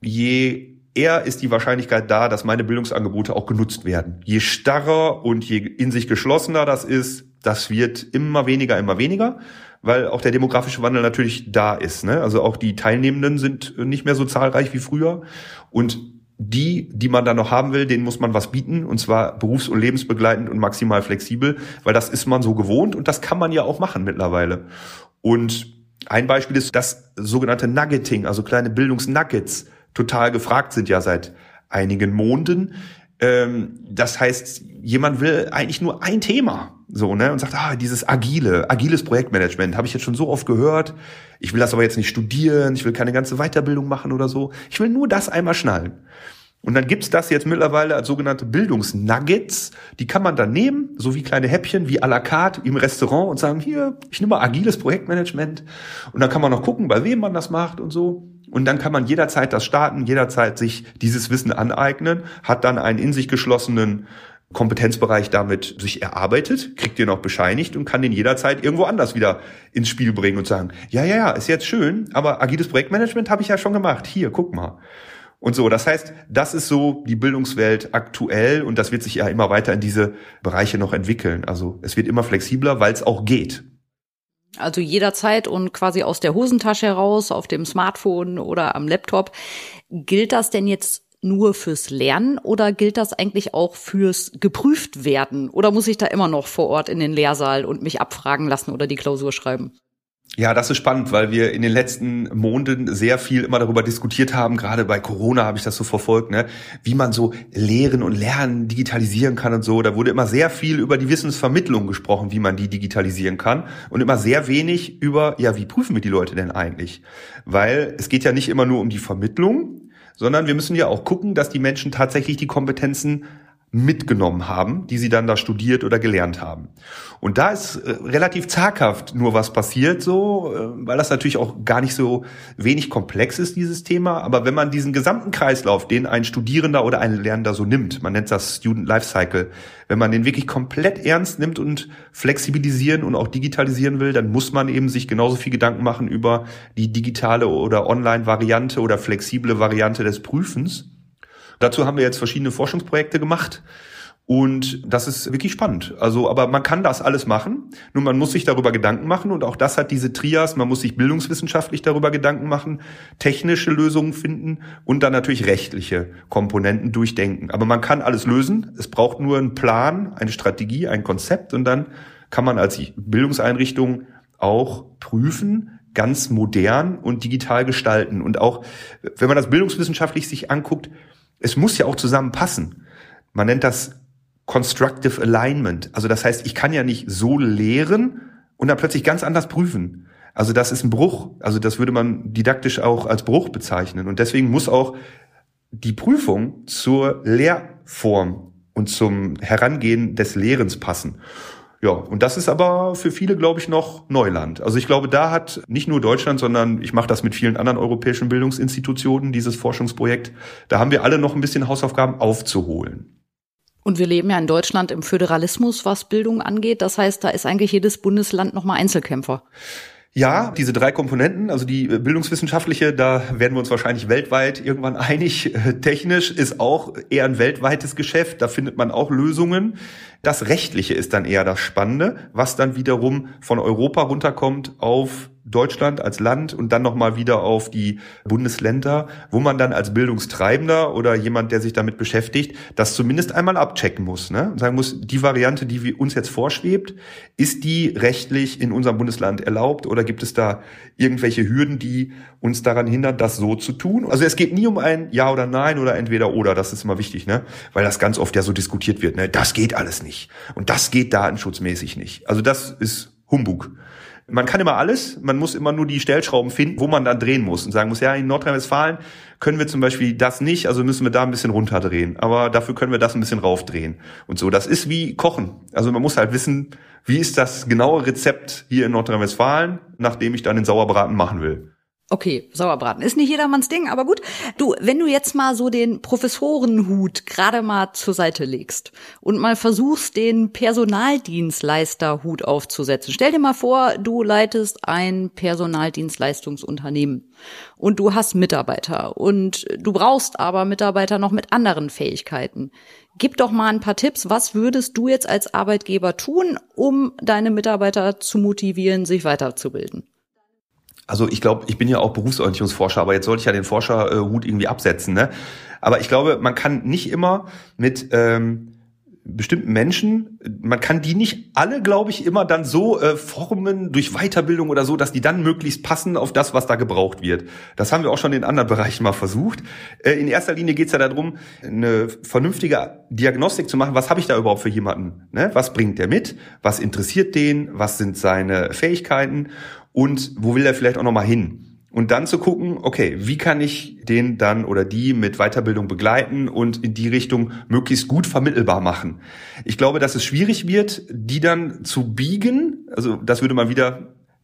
je eher ist die Wahrscheinlichkeit da, dass meine Bildungsangebote auch genutzt werden. Je starrer und je in sich geschlossener das ist, das wird immer weniger, weil auch der demografische Wandel natürlich da ist, ne? Also auch die Teilnehmenden sind nicht mehr so zahlreich wie früher und die man dann noch haben will, denen muss man was bieten und zwar berufs- und lebensbegleitend und maximal flexibel, weil das ist man so gewohnt und das kann man ja auch machen mittlerweile. Und ein Beispiel ist das sogenannte Nuggeting, also kleine Bildungsnuggets, total gefragt sind ja seit einigen Monaten. Das heißt, jemand will eigentlich nur ein Thema, so, ne, und sagt, dieses agiles Projektmanagement, habe ich jetzt schon so oft gehört. Ich will das aber jetzt nicht studieren, ich will keine ganze Weiterbildung machen oder so. Ich will nur das einmal schnallen. Und dann gibt's das jetzt mittlerweile als sogenannte Bildungsnuggets. Die kann man dann nehmen, so wie kleine Häppchen, wie à la carte im Restaurant und sagen, hier, ich nehme mal agiles Projektmanagement. Und dann kann man noch gucken, bei wem man das macht und so. und dann kann man jederzeit das starten, jederzeit sich dieses Wissen aneignen, hat dann einen in sich geschlossenen Kompetenzbereich damit sich erarbeitet, kriegt den auch bescheinigt und kann den jederzeit irgendwo anders wieder ins Spiel bringen und sagen, ja, ist jetzt schön, aber agiles Projektmanagement habe ich ja schon gemacht. Hier, guck mal. Und so, das heißt, das ist so die Bildungswelt aktuell und das wird sich ja immer weiter in diese Bereiche noch entwickeln. Also es wird immer flexibler, weil es auch geht. Also jederzeit und quasi aus der Hosentasche heraus, auf dem Smartphone oder am Laptop. Gilt das denn jetzt nur fürs Lernen oder gilt das eigentlich auch fürs geprüft werden? Oder muss ich da immer noch vor Ort in den Lehrsaal und mich abfragen lassen oder die Klausur schreiben? Ja, das ist spannend, weil wir in den letzten Monaten sehr viel immer darüber diskutiert haben, gerade bei Corona habe ich das so verfolgt, ne, wie man so Lehren und Lernen digitalisieren kann und so. Da wurde immer sehr viel über die Wissensvermittlung gesprochen, wie man die digitalisieren kann und immer sehr wenig über, ja, wie prüfen wir die Leute denn eigentlich? Weil es geht ja nicht immer nur um die Vermittlung, sondern wir müssen ja auch gucken, dass die Menschen tatsächlich die Kompetenzen mitgenommen haben, die sie dann da studiert oder gelernt haben. Und da ist relativ zaghaft nur was passiert, so, weil das natürlich auch gar nicht so wenig komplex ist, dieses Thema. Aber wenn man diesen gesamten Kreislauf, den ein Studierender oder ein Lernender so nimmt, man nennt das Student Lifecycle, wenn man den wirklich komplett ernst nimmt und flexibilisieren und auch digitalisieren will, dann muss man eben sich genauso viel Gedanken machen über die digitale oder Online-Variante oder flexible Variante des Prüfens. Dazu haben wir jetzt verschiedene Forschungsprojekte gemacht und das ist wirklich spannend. Also, aber man kann das alles machen, nur man muss sich darüber Gedanken machen und auch das hat diese Trias, man muss sich bildungswissenschaftlich darüber Gedanken machen, technische Lösungen finden und dann natürlich rechtliche Komponenten durchdenken. Aber man kann alles lösen, es braucht nur einen Plan, eine Strategie, ein Konzept und dann kann man als Bildungseinrichtung auch prüfen, ganz modern und digital gestalten. Und auch, wenn man das bildungswissenschaftlich sich anguckt, es muss ja auch zusammenpassen. Man nennt das Constructive Alignment. Also das heißt, ich kann ja nicht so lehren und dann plötzlich ganz anders prüfen. Also das ist ein Bruch. Also das würde man didaktisch auch als Bruch bezeichnen. Und deswegen muss auch die Prüfung zur Lehrform und zum Herangehen des Lehrens passen. Ja, und das ist aber für viele, glaube ich, noch Neuland. Also ich glaube, da hat nicht nur Deutschland, sondern ich mache das mit vielen anderen europäischen Bildungsinstitutionen, dieses Forschungsprojekt. Da haben wir alle noch ein bisschen Hausaufgaben aufzuholen. Und wir leben ja in Deutschland im Föderalismus, was Bildung angeht. Das heißt, da ist eigentlich jedes Bundesland nochmal Einzelkämpfer. Ja, diese 3 Komponenten, also die bildungswissenschaftliche, da werden wir uns wahrscheinlich weltweit irgendwann einig. Technisch ist auch eher ein weltweites Geschäft, da findet man auch Lösungen. Das Rechtliche ist dann eher das Spannende, was dann wiederum von Europa runterkommt auf Deutschland als Land und dann nochmal wieder auf die Bundesländer, wo man dann als Bildungstreibender oder jemand, der sich damit beschäftigt, das zumindest einmal abchecken muss, ne? Und sagen muss, die Variante, die uns jetzt vorschwebt, ist die rechtlich in unserem Bundesland erlaubt oder gibt es da irgendwelche Hürden, die uns daran hindern, das so zu tun? Also es geht nie um ein Ja oder Nein oder entweder oder, das ist immer wichtig, ne? Weil das ganz oft ja so diskutiert wird, ne? Das geht alles nicht und das geht datenschutzmäßig nicht. Also das ist Humbug. Man kann immer alles, man muss immer nur die Stellschrauben finden, wo man dann drehen muss und sagen muss, ja, in Nordrhein-Westfalen können wir zum Beispiel das nicht, also müssen wir da ein bisschen runterdrehen, aber dafür können wir das ein bisschen raufdrehen und so. Das ist wie Kochen. Also man muss halt wissen, wie ist das genaue Rezept hier in Nordrhein-Westfalen, nachdem ich dann den Sauerbraten machen will. Okay, Sauerbraten ist nicht jedermanns Ding, aber gut. Du, wenn du jetzt mal so den Professorenhut gerade mal zur Seite legst und mal versuchst, den Personaldienstleisterhut aufzusetzen. Stell dir mal vor, du leitest ein Personaldienstleistungsunternehmen und du hast Mitarbeiter und du brauchst aber Mitarbeiter noch mit anderen Fähigkeiten. Gib doch mal ein paar Tipps. Was würdest du jetzt als Arbeitgeber tun, um deine Mitarbeiter zu motivieren, sich weiterzubilden? Also ich glaube, ich bin ja auch Berufsorientierungsforscher, aber jetzt sollte ich ja den Forscherhut irgendwie absetzen, ne? Aber ich glaube, man kann nicht immer mit bestimmten Menschen, man kann die nicht alle, glaube ich, immer dann so formen durch Weiterbildung oder so, dass die dann möglichst passen auf das, was da gebraucht wird. Das haben wir auch schon in anderen Bereichen mal versucht. In erster Linie geht es ja darum, eine vernünftige Diagnostik zu machen. Was habe ich da überhaupt für jemanden? Ne? Was bringt der mit? Was interessiert den? Was sind seine Fähigkeiten? Und wo will er vielleicht auch noch mal hin? Und dann zu gucken, okay, wie kann ich den dann oder die mit Weiterbildung begleiten und in die Richtung möglichst gut vermittelbar machen. Ich glaube, dass es schwierig wird, die dann zu biegen. Also das würde man wieder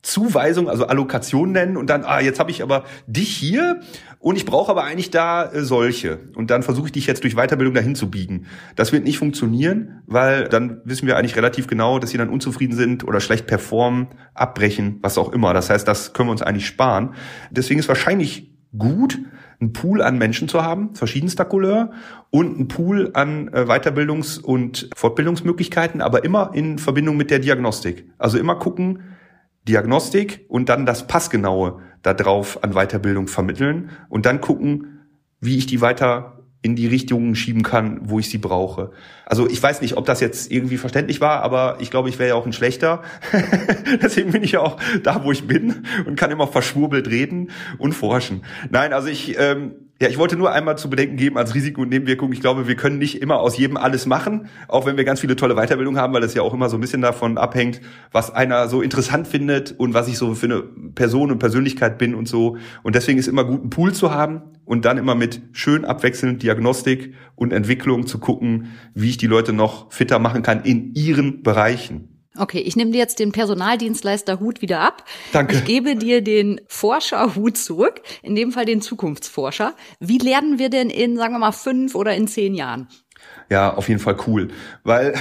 Zuweisung, also Allokation nennen und dann, jetzt habe ich aber dich hier und ich brauche aber eigentlich da solche. Und dann versuche ich dich jetzt durch Weiterbildung dahin zu biegen. Das wird nicht funktionieren, weil dann wissen wir eigentlich relativ genau, dass sie dann unzufrieden sind oder schlecht performen, abbrechen, was auch immer. Das heißt, das können wir uns eigentlich sparen. Deswegen ist wahrscheinlich gut, einen Pool an Menschen zu haben, verschiedenster Couleur, und einen Pool an Weiterbildungs- und Fortbildungsmöglichkeiten, aber immer in Verbindung mit der Diagnostik. Also immer gucken, Diagnostik und dann das Passgenaue da drauf an Weiterbildung vermitteln und dann gucken, wie ich die weiter in die Richtungen schieben kann, wo ich sie brauche. Also ich weiß nicht, ob das jetzt irgendwie verständlich war, aber ich glaube, ich wäre ja auch ein Schlechter. Deswegen bin ich ja auch da, wo ich bin und kann immer verschwurbelt reden und forschen. Nein, also ich wollte nur einmal zu bedenken geben als Risiko und Nebenwirkung. Ich glaube, wir können nicht immer aus jedem alles machen, auch wenn wir ganz viele tolle Weiterbildungen haben, weil das ja auch immer so ein bisschen davon abhängt, was einer so interessant findet und was ich so für eine Person und Persönlichkeit bin und so. Und deswegen ist immer gut, einen Pool zu haben und dann immer mit schön abwechselnd Diagnostik und Entwicklung zu gucken, wie ich die Leute noch fitter machen kann in ihren Bereichen. Okay, ich nehme dir jetzt den Personaldienstleister-Hut wieder ab. Danke. Ich gebe dir den Forscher-Hut zurück, in dem Fall den Zukunftsforscher. Wie lernen wir denn in, sagen wir mal, 5 oder in 10 Jahren? Ja, auf jeden Fall cool, weil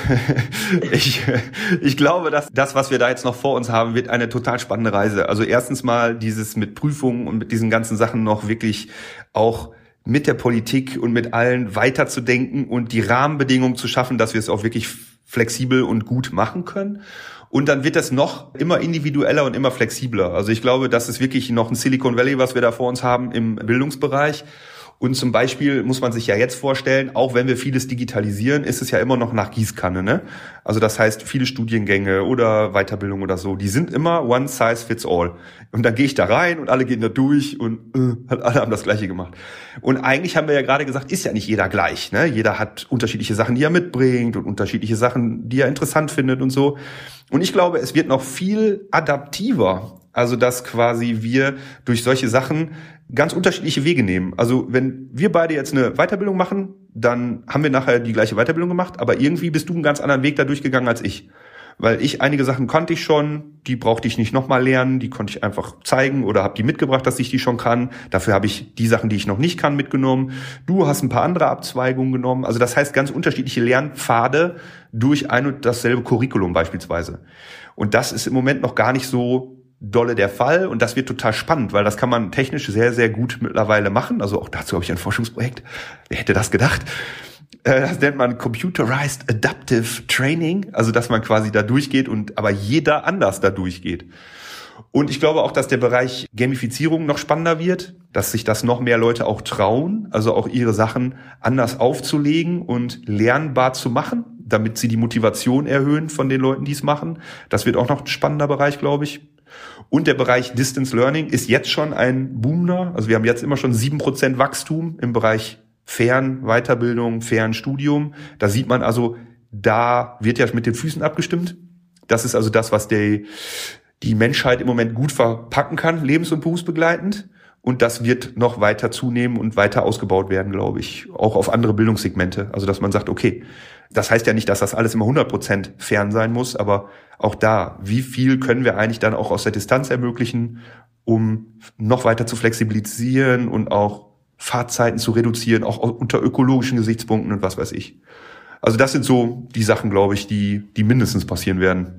ich glaube, dass das, was wir da jetzt noch vor uns haben, wird eine total spannende Reise. Also erstens mal dieses mit Prüfungen und mit diesen ganzen Sachen noch wirklich auch mit der Politik und mit allen weiterzudenken und die Rahmenbedingungen zu schaffen, dass wir es auch wirklich flexibel und gut machen können. Und dann wird das noch immer individueller und immer flexibler. Also ich glaube, das ist wirklich noch ein Silicon Valley, was wir da vor uns haben im Bildungsbereich. Und zum Beispiel muss man sich ja jetzt vorstellen, auch wenn wir vieles digitalisieren, ist es ja immer noch nach Gießkanne, ne? Also das heißt, viele Studiengänge oder Weiterbildung oder so, die sind immer one size fits all. Und dann gehe ich da rein und alle gehen da durch und alle haben das Gleiche gemacht. Und eigentlich haben wir ja gerade gesagt, ist ja nicht jeder gleich, ne? Jeder hat unterschiedliche Sachen, die er mitbringt und unterschiedliche Sachen, die er interessant findet und so. Und ich glaube, es wird noch viel adaptiver. Also dass quasi wir durch solche Sachen ganz unterschiedliche Wege nehmen. Also wenn wir beide jetzt eine Weiterbildung machen, dann haben wir nachher die gleiche Weiterbildung gemacht, aber irgendwie bist du einen ganz anderen Weg da durchgegangen als ich. Weil einige Sachen kannte ich schon, die brauchte ich nicht nochmal lernen, die konnte ich einfach zeigen oder habe die mitgebracht, dass ich die schon kann. Dafür habe ich die Sachen, die ich noch nicht kann, mitgenommen. Du hast ein paar andere Abzweigungen genommen. Also das heißt ganz unterschiedliche Lernpfade durch ein und dasselbe Curriculum beispielsweise. Und das ist im Moment noch gar nicht so dolle der Fall und das wird total spannend, weil das kann man technisch sehr, sehr gut mittlerweile machen. Also auch dazu habe ich ein Forschungsprojekt. Wer hätte das gedacht? Das nennt man Computerized Adaptive Training, also dass man quasi da durchgeht und aber jeder anders da durchgeht. Und ich glaube auch, dass der Bereich Gamifizierung noch spannender wird, dass sich das noch mehr Leute auch trauen, also auch ihre Sachen anders aufzulegen und lernbar zu machen, damit sie die Motivation erhöhen von den Leuten, die es machen. Das wird auch noch ein spannender Bereich, glaube ich. Und der Bereich Distance Learning ist jetzt schon ein boomender. Also wir haben jetzt immer schon 7% Wachstum im Bereich Fernweiterbildung, Fernstudium. Da sieht man also, da wird ja mit den Füßen abgestimmt. Das ist also das, was die Menschheit im Moment gut verpacken kann, lebens- und berufsbegleitend. Und das wird noch weiter zunehmen und weiter ausgebaut werden, glaube ich, auch auf andere Bildungssegmente. Also dass man sagt, okay, das heißt ja nicht, dass das alles immer 100% fern sein muss, aber auch da, wie viel können wir eigentlich dann auch aus der Distanz ermöglichen, um noch weiter zu flexibilisieren und auch Fahrzeiten zu reduzieren, auch unter ökologischen Gesichtspunkten und was weiß ich. Also das sind so die Sachen, glaube ich, die mindestens passieren werden.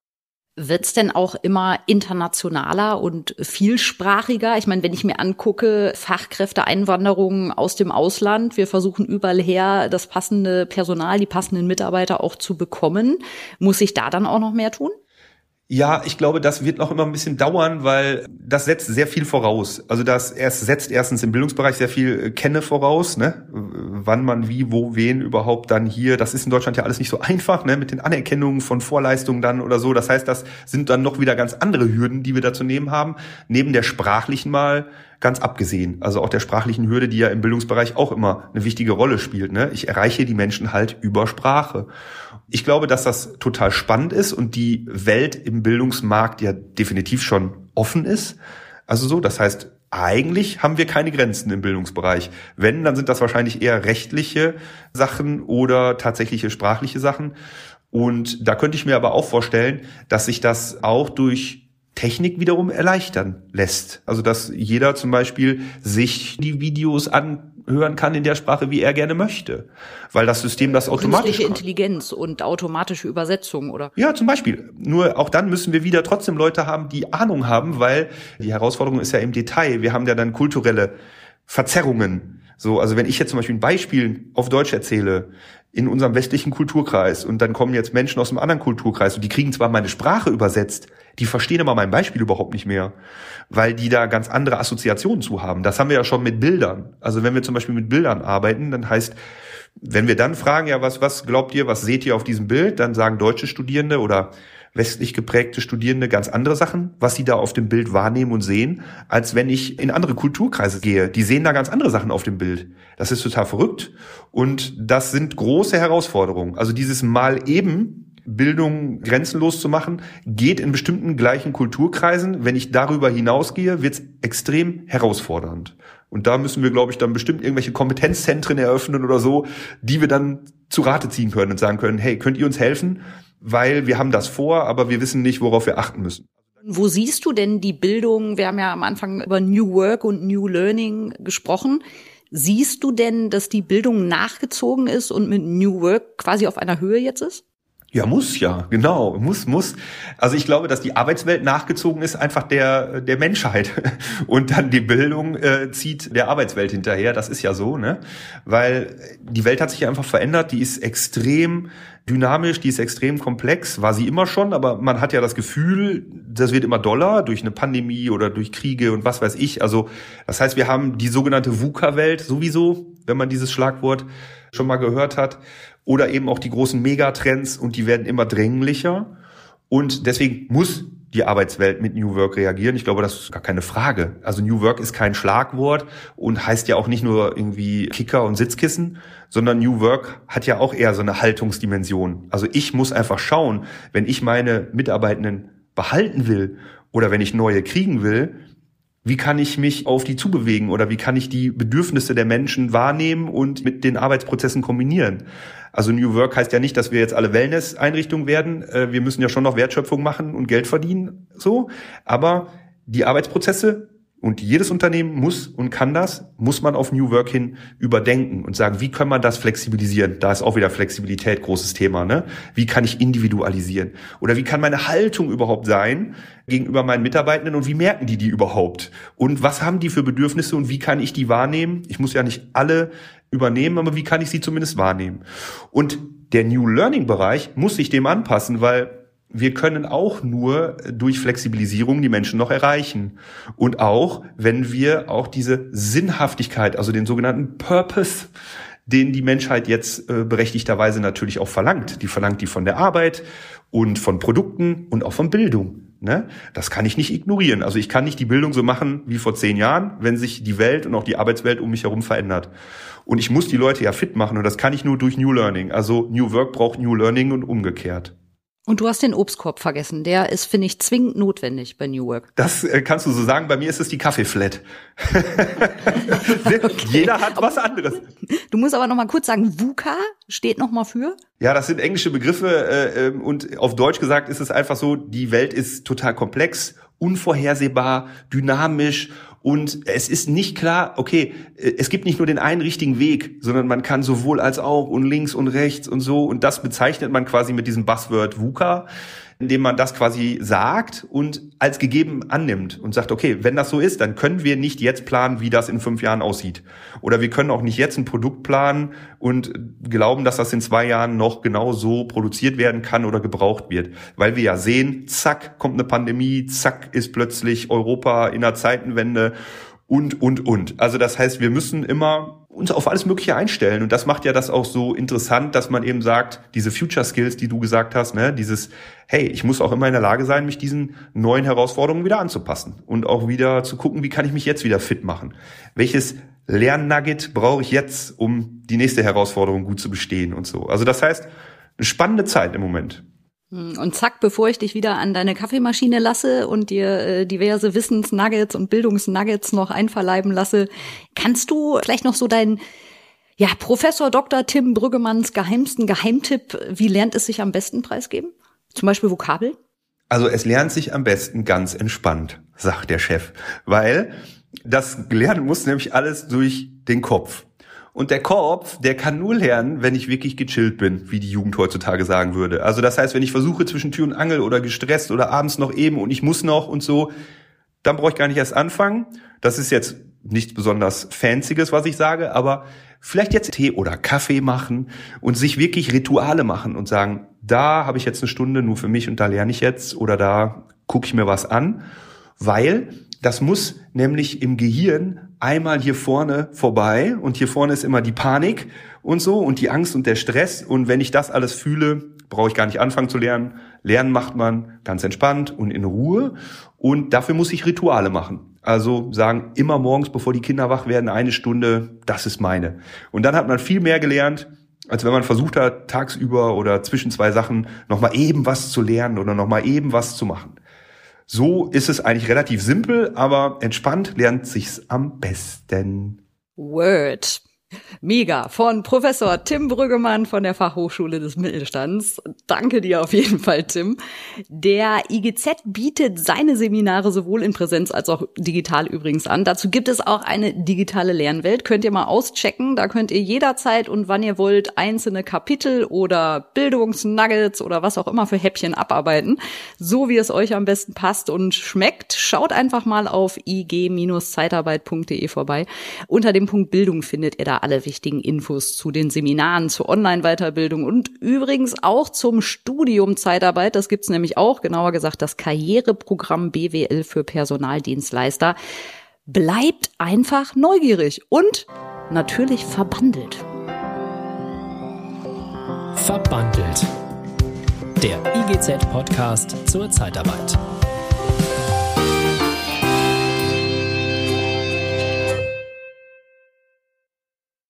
Wird's denn auch immer internationaler und vielsprachiger? Ich meine, wenn ich mir angucke, Fachkräfteeinwanderung aus dem Ausland, wir versuchen überall her, das passende Personal, die passenden Mitarbeiter auch zu bekommen. Muss sich da dann auch noch mehr tun? Ja, ich glaube, das wird noch immer ein bisschen dauern, weil das setzt sehr viel voraus. Also setzt erstens im Bildungsbereich sehr viel Kenne voraus, ne? Wann man wie, wo, wen überhaupt dann hier. Das ist in Deutschland ja alles nicht so einfach, ne? Mit den Anerkennungen von Vorleistungen dann oder so. Das heißt, das sind dann noch wieder ganz andere Hürden, die wir da zu nehmen haben. Neben der sprachlichen mal ganz abgesehen. Also auch der sprachlichen Hürde, die ja im Bildungsbereich auch immer eine wichtige Rolle spielt, ne? Ich erreiche die Menschen halt über Sprache. Ich glaube, dass das total spannend ist und die Welt im Bildungsmarkt ja definitiv schon offen ist. Also so, das heißt, eigentlich haben wir keine Grenzen im Bildungsbereich. Wenn, dann sind das wahrscheinlich eher rechtliche Sachen oder tatsächliche sprachliche Sachen. Und da könnte ich mir aber auch vorstellen, dass sich das auch durch Technik wiederum erleichtern lässt. Also dass jeder zum Beispiel sich die Videos anhören kann in der Sprache, wie er gerne möchte. Weil das System das automatisch Künstliche Intelligenz und automatische Übersetzung, oder? Ja, zum Beispiel. Nur auch dann müssen wir wieder trotzdem Leute haben, die Ahnung haben, weil die Herausforderung ist ja im Detail. Wir haben ja dann kulturelle Verzerrungen. So, also wenn ich jetzt zum Beispiel ein Beispiel auf Deutsch erzähle, in unserem westlichen Kulturkreis, und dann kommen jetzt Menschen aus einem anderen Kulturkreis und die kriegen zwar meine Sprache übersetzt, die verstehen aber mein Beispiel überhaupt nicht mehr, weil die da ganz andere Assoziationen zu haben. Das haben wir ja schon mit Bildern. Also wenn wir zum Beispiel mit Bildern arbeiten, dann heißt, wenn wir dann fragen, ja, was glaubt ihr, was seht ihr auf diesem Bild, dann sagen deutsche Studierende oder westlich geprägte Studierende ganz andere Sachen, was sie da auf dem Bild wahrnehmen und sehen, als wenn ich in andere Kulturkreise gehe. Die sehen da ganz andere Sachen auf dem Bild. Das ist total verrückt und das sind große Herausforderungen. Also dieses Mal eben Bildung grenzenlos zu machen, geht in bestimmten gleichen Kulturkreisen. Wenn ich darüber hinausgehe, wird es extrem herausfordernd. Und da müssen wir, glaube ich, dann bestimmt irgendwelche Kompetenzzentren eröffnen oder so, die wir dann zu Rate ziehen können und sagen können, hey, könnt ihr uns helfen? Weil wir haben das vor, aber wir wissen nicht, worauf wir achten müssen. Wo siehst du denn die Bildung? Wir haben ja am Anfang über New Work und New Learning gesprochen. Siehst du denn, dass die Bildung nachgezogen ist und mit New Work quasi auf einer Höhe jetzt ist? Ja, muss ja, genau, muss. Also ich glaube, dass die Arbeitswelt nachgezogen ist einfach der Menschheit und dann die Bildung zieht der Arbeitswelt hinterher. Das ist ja so, ne? Weil die Welt hat sich ja einfach verändert. Die ist extrem dynamisch, die ist extrem komplex. War sie immer schon, aber man hat ja das Gefühl, das wird immer doller durch eine Pandemie oder durch Kriege und was weiß ich. Also das heißt, wir haben die sogenannte VUCA-Welt sowieso, wenn man dieses Schlagwort schon mal gehört hat. Oder eben auch die großen Megatrends und die werden immer dringlicher. Und deswegen muss die Arbeitswelt mit New Work reagieren. Ich glaube, das ist gar keine Frage. Also New Work ist kein Schlagwort und heißt ja auch nicht nur irgendwie Kicker und Sitzkissen, sondern New Work hat ja auch eher so eine Haltungsdimension. Also ich muss einfach schauen, wenn ich meine Mitarbeitenden behalten will oder wenn ich neue kriegen will, wie kann ich mich auf die zubewegen oder wie kann ich die Bedürfnisse der Menschen wahrnehmen und mit den Arbeitsprozessen kombinieren? Also New Work heißt ja nicht, dass wir jetzt alle Wellness-Einrichtungen werden. Wir müssen ja schon noch Wertschöpfung machen und Geld verdienen, so. Aber die Arbeitsprozesse und jedes Unternehmen muss man auf New Work hin überdenken und sagen, wie kann man das flexibilisieren? Da ist auch wieder Flexibilität großes Thema, ne? Wie kann ich individualisieren? Oder wie kann meine Haltung überhaupt sein gegenüber meinen Mitarbeitenden und wie merken die überhaupt? Und was haben die für Bedürfnisse und wie kann ich die wahrnehmen? Ich muss ja nicht alle übernehmen, aber wie kann ich sie zumindest wahrnehmen? Und der New Learning Bereich muss sich dem anpassen, weil wir können auch nur durch Flexibilisierung die Menschen noch erreichen. Und auch, wenn wir auch diese Sinnhaftigkeit, also den sogenannten Purpose, den die Menschheit jetzt berechtigterweise natürlich auch verlangt. Die verlangt die von der Arbeit und von Produkten und auch von Bildung. Ne? Das kann ich nicht ignorieren. Also ich kann nicht die Bildung so machen wie vor 10 Jahren, wenn sich die Welt und auch die Arbeitswelt um mich herum verändert. Und ich muss die Leute ja fit machen und das kann ich nur durch New Learning. Also New Work braucht New Learning und umgekehrt. Und du hast den Obstkorb vergessen. Der ist, finde ich, zwingend notwendig bei New Work. Das kannst du so sagen. Bei mir ist es die Kaffeeflat. Okay. Jeder hat was anderes. Du musst aber noch mal kurz sagen, VUCA steht noch mal für? Ja, das sind englische Begriffe und auf Deutsch gesagt ist es einfach so, die Welt ist total komplex, unvorhersehbar, dynamisch. Und es ist nicht klar, okay, es gibt nicht nur den einen richtigen Weg, sondern man kann sowohl als auch und links und rechts und so. Und das bezeichnet man quasi mit diesem Buzzword VUCA, indem man das quasi sagt und als gegeben annimmt und sagt, okay, wenn das so ist, dann können wir nicht jetzt planen, wie das in 5 Jahren aussieht. Oder wir können auch nicht jetzt ein Produkt planen und glauben, dass das in 2 Jahren noch genau so produziert werden kann oder gebraucht wird. Weil wir ja sehen, zack, kommt eine Pandemie, zack, ist plötzlich Europa in einer Zeitenwende und. Also das heißt, wir müssen immer uns auf alles Mögliche einstellen. Und das macht ja das auch so interessant, dass man eben sagt, diese Future Skills, die du gesagt hast, ne, dieses, hey, ich muss auch immer in der Lage sein, mich diesen neuen Herausforderungen wieder anzupassen und auch wieder zu gucken, wie kann ich mich jetzt wieder fit machen? Welches Lernnugget brauche ich jetzt, um die nächste Herausforderung gut zu bestehen und so. Also das heißt, eine spannende Zeit im Moment. Und zack, bevor ich dich wieder an deine Kaffeemaschine lasse und dir diverse Wissensnuggets und Bildungsnuggets noch einverleiben lasse, kannst du vielleicht noch so deinen Professor Dr. Tim Brüggemanns geheimsten Geheimtipp, wie lernt es sich am besten, preisgeben? Zum Beispiel Vokabeln? Also es lernt sich am besten ganz entspannt, sagt der Chef, weil das Lernen muss nämlich alles durch den Kopf. Und der Kopf, der kann nur lernen, wenn ich wirklich gechillt bin, wie die Jugend heutzutage sagen würde. Also das heißt, wenn ich versuche zwischen Tür und Angel oder gestresst oder abends noch eben und ich muss noch und so, dann brauche ich gar nicht erst anfangen. Das ist jetzt nichts besonders Fancyes, was ich sage, aber vielleicht jetzt Tee oder Kaffee machen und sich wirklich Rituale machen und sagen, da habe ich jetzt eine Stunde nur für mich und da lerne ich jetzt oder da gucke ich mir was an, weil das muss nämlich im Gehirn einmal hier vorne vorbei und hier vorne ist immer die Panik und so und die Angst und der Stress und wenn ich das alles fühle, brauche ich gar nicht anfangen zu lernen. Lernen macht man ganz entspannt und in Ruhe und dafür muss ich Rituale machen. Also sagen, immer morgens, bevor die Kinder wach werden, 1 Stunde, das ist meine. Und dann hat man viel mehr gelernt, als wenn man versucht hat, tagsüber oder zwischen 2 Sachen nochmal eben was zu lernen oder nochmal eben was zu machen. So ist es eigentlich relativ simpel, aber entspannt lernt sich's am besten. Word. Mega. Von Professor Tim Brüggemann von der Fachhochschule des Mittelstands. Danke dir auf jeden Fall, Tim. Der IGZ bietet seine Seminare sowohl in Präsenz als auch digital übrigens an. Dazu gibt es auch eine digitale Lernwelt. Könnt ihr mal auschecken. Da könnt ihr jederzeit und wann ihr wollt einzelne Kapitel oder Bildungsnuggets oder was auch immer für Häppchen abarbeiten. So wie es euch am besten passt und schmeckt. Schaut einfach mal auf ig-zeitarbeit.de vorbei. Unter dem Punkt Bildung findet ihr da alle wichtigen Infos zu den Seminaren, zur Online-Weiterbildung und übrigens auch zum Studium Zeitarbeit. Das gibt's nämlich auch, genauer gesagt das Karriereprogramm BWL für Personaldienstleister. Bleibt einfach neugierig und natürlich verbandelt. Verbandelt. Der IGZ-Podcast zur Zeitarbeit.